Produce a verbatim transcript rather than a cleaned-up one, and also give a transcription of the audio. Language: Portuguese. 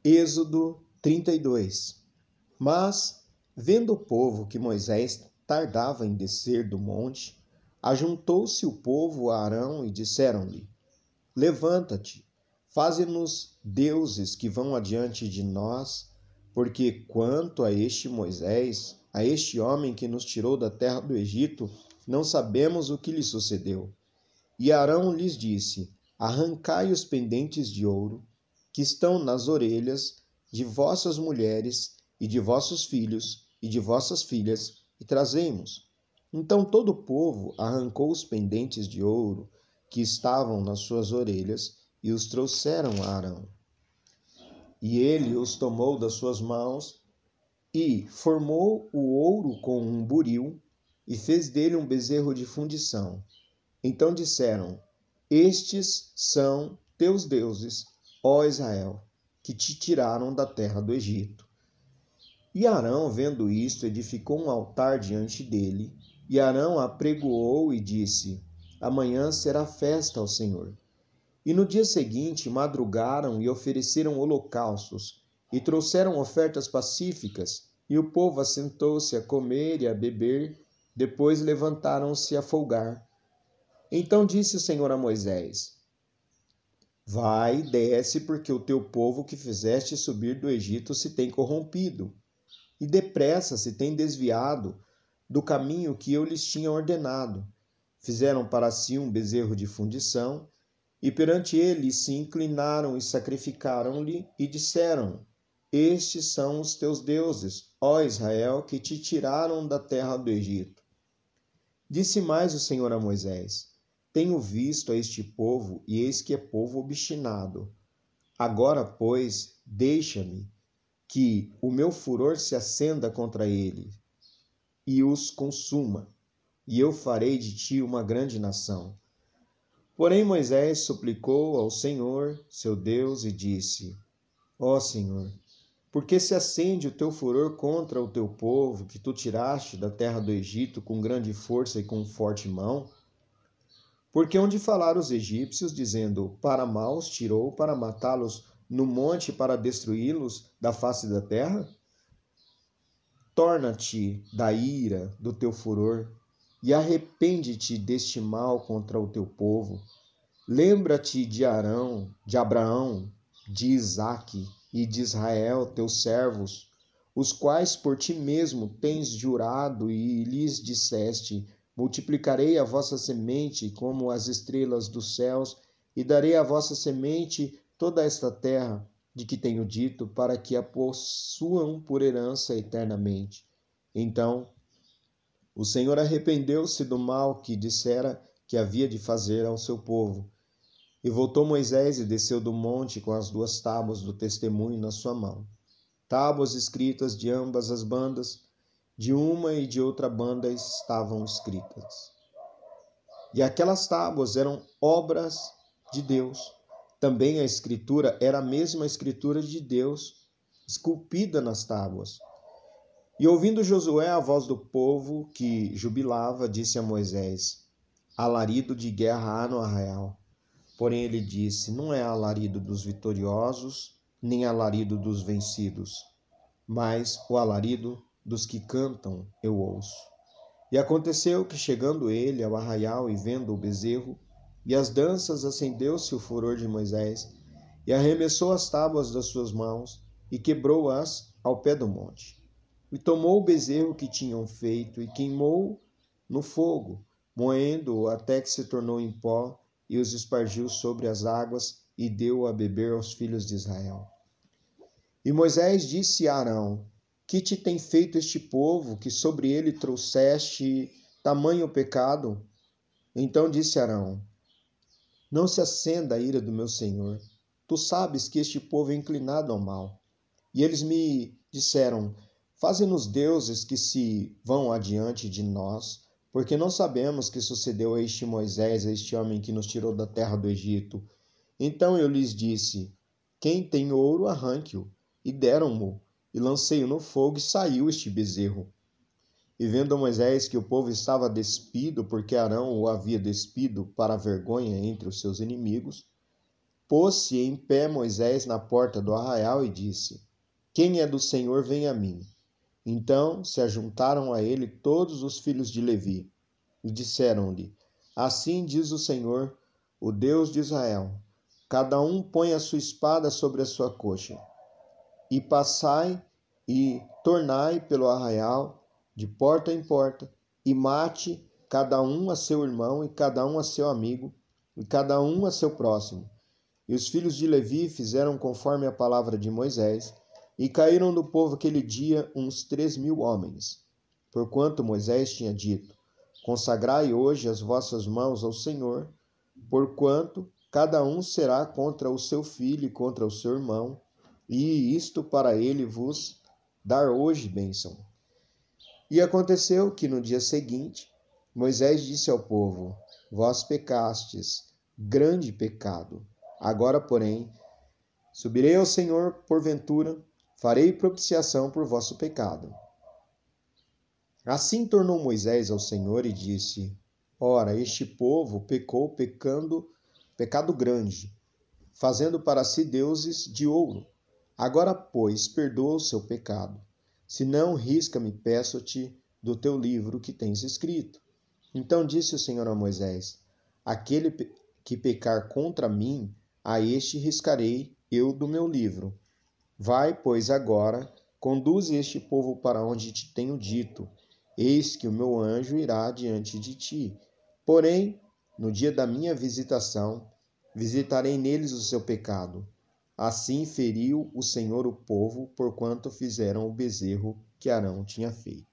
Êxodo trinta e dois. Mas, vendo o povo que Moisés tardava em descer do monte, ajuntou-se o povo a Arão e disseram-lhe: Levanta-te, faze-nos deuses que vão adiante de nós, porque quanto a este Moisés, a este homem que nos tirou da terra do Egito, não sabemos o que lhe sucedeu. E Arão lhes disse: Arrancai os pendentes de ouro que estão nas orelhas de vossas mulheres e de vossos filhos e de vossas filhas, e trazei-mos. Então todo o povo arrancou os pendentes de ouro que estavam nas suas orelhas e os trouxeram a Arão. E ele os tomou das suas mãos e formou o ouro com um buril e fez dele um bezerro de fundição. Então disseram: Estes são teus deuses, ó Israel, que te tiraram da terra do Egito. E Arão, vendo isto, edificou um altar diante dele, e Arão apregoou e disse: Amanhã será festa ao Senhor. E no dia seguinte madrugaram e ofereceram holocaustos, e trouxeram ofertas pacíficas, e o povo assentou-se a comer e a beber, depois levantaram-se a folgar. Então disse o Senhor a Moisés: Vai, desce, porque o teu povo que fizeste subir do Egito se tem corrompido, e depressa se tem desviado do caminho que eu lhes tinha ordenado. Fizeram para si um bezerro de fundição, e perante ele se inclinaram e sacrificaram-lhe, e disseram: Estes são os teus deuses, ó Israel, que te tiraram da terra do Egito. Disse mais o Senhor a Moisés: Tenho visto a este povo, e eis que é povo obstinado. Agora, pois, deixa-me que o meu furor se acenda contra ele e os consuma, e eu farei de ti uma grande nação. Porém Moisés suplicou ao Senhor, seu Deus, e disse: Ó Senhor, por que se acende o teu furor contra o teu povo, que tu tiraste da terra do Egito com grande força e com forte mão? Porque onde falaram os egípcios, dizendo: Para mal os tirou, para matá-los no monte, para destruí-los da face da terra? Torna-te da ira do teu furor e arrepende-te deste mal contra o teu povo. Lembra-te de Arão, de Abraão, de Isaque e de Israel, teus servos, os quais por ti mesmo tens jurado e lhes disseste: Multiplicarei a vossa semente como as estrelas dos céus, e darei à vossa semente toda esta terra, de que tenho dito, para que a possuam por herança eternamente. Então o Senhor arrependeu-se do mal que dissera que havia de fazer ao seu povo. E voltou Moisés e desceu do monte com as duas tábuas do testemunho na sua mão. Tábuas escritas de ambas as bandas, de uma e de outra banda estavam escritas. E aquelas tábuas eram obras de Deus. Também a escritura era a mesma escritura de Deus, esculpida nas tábuas. E ouvindo Josué a voz do povo que jubilava, disse a Moisés: Alarido de guerra há no arraial. Porém ele disse: Não é alarido dos vitoriosos, nem alarido dos vencidos, mas o alarido dos que cantam eu ouço. E aconteceu que, chegando ele ao arraial e vendo o bezerro e as danças, acendeu-se o furor de Moisés, e arremessou as tábuas das suas mãos, e quebrou-as ao pé do monte. E tomou o bezerro que tinham feito, e queimou no fogo, moendo-o até que se tornou em pó, e os espargiu sobre as águas, e deu a beber aos filhos de Israel. E Moisés disse a Arão: Que te tem feito este povo, que sobre ele trouxeste tamanho pecado? Então disse Arão: Não se acenda a ira do meu senhor. Tu sabes que este povo é inclinado ao mal. E eles me disseram: Faze-nos deuses que se vão adiante de nós, porque não sabemos o que sucedeu a este Moisés, a este homem que nos tirou da terra do Egito. Então eu lhes disse: Quem tem ouro, arranque-o. E deram-mo, e lancei-o no fogo, e saiu este bezerro. E vendo Moisés que o povo estava despido, porque Arão o havia despido para a vergonha entre os seus inimigos, Pôs-se em pé Moisés na porta do arraial e disse: Quem é do Senhor, vem a mim. Então se ajuntaram a ele todos os filhos de Levi e disseram-lhe: Assim diz o Senhor, o Deus de Israel: Cada um põe a sua espada sobre a sua coxa, e passai e tornai pelo arraial, de porta em porta, e mate cada um a seu irmão, e cada um a seu amigo, e cada um a seu próximo. E os filhos de Levi fizeram conforme a palavra de Moisés, e caíram do povo aquele dia uns três mil homens. Porquanto Moisés tinha dito: Consagrai hoje as vossas mãos ao Senhor, porquanto cada um será contra o seu filho e contra o seu irmão, e isto para ele vos dar hoje bênção. E aconteceu que no dia seguinte, Moisés disse ao povo: Vós pecastes, grande pecado. Agora, porém, subirei ao Senhor, porventura, farei propiciação por vosso pecado. Assim tornou Moisés ao Senhor e disse: Ora, este povo pecou pecando, pecado grande, fazendo para si deuses de ouro. Agora, pois, perdoa o seu pecado. Se não, risca-me, peço-te, do teu livro que tens escrito. Então disse o Senhor a Moisés: Aquele que pecar contra mim, a este riscarei eu do meu livro. Vai, pois, agora, conduze este povo para onde te tenho dito. Eis que o meu anjo irá diante de ti. Porém, no dia da minha visitação, visitarei neles o seu pecado. Assim feriu o Senhor o povo, porquanto fizeram o bezerro que Arão tinha feito.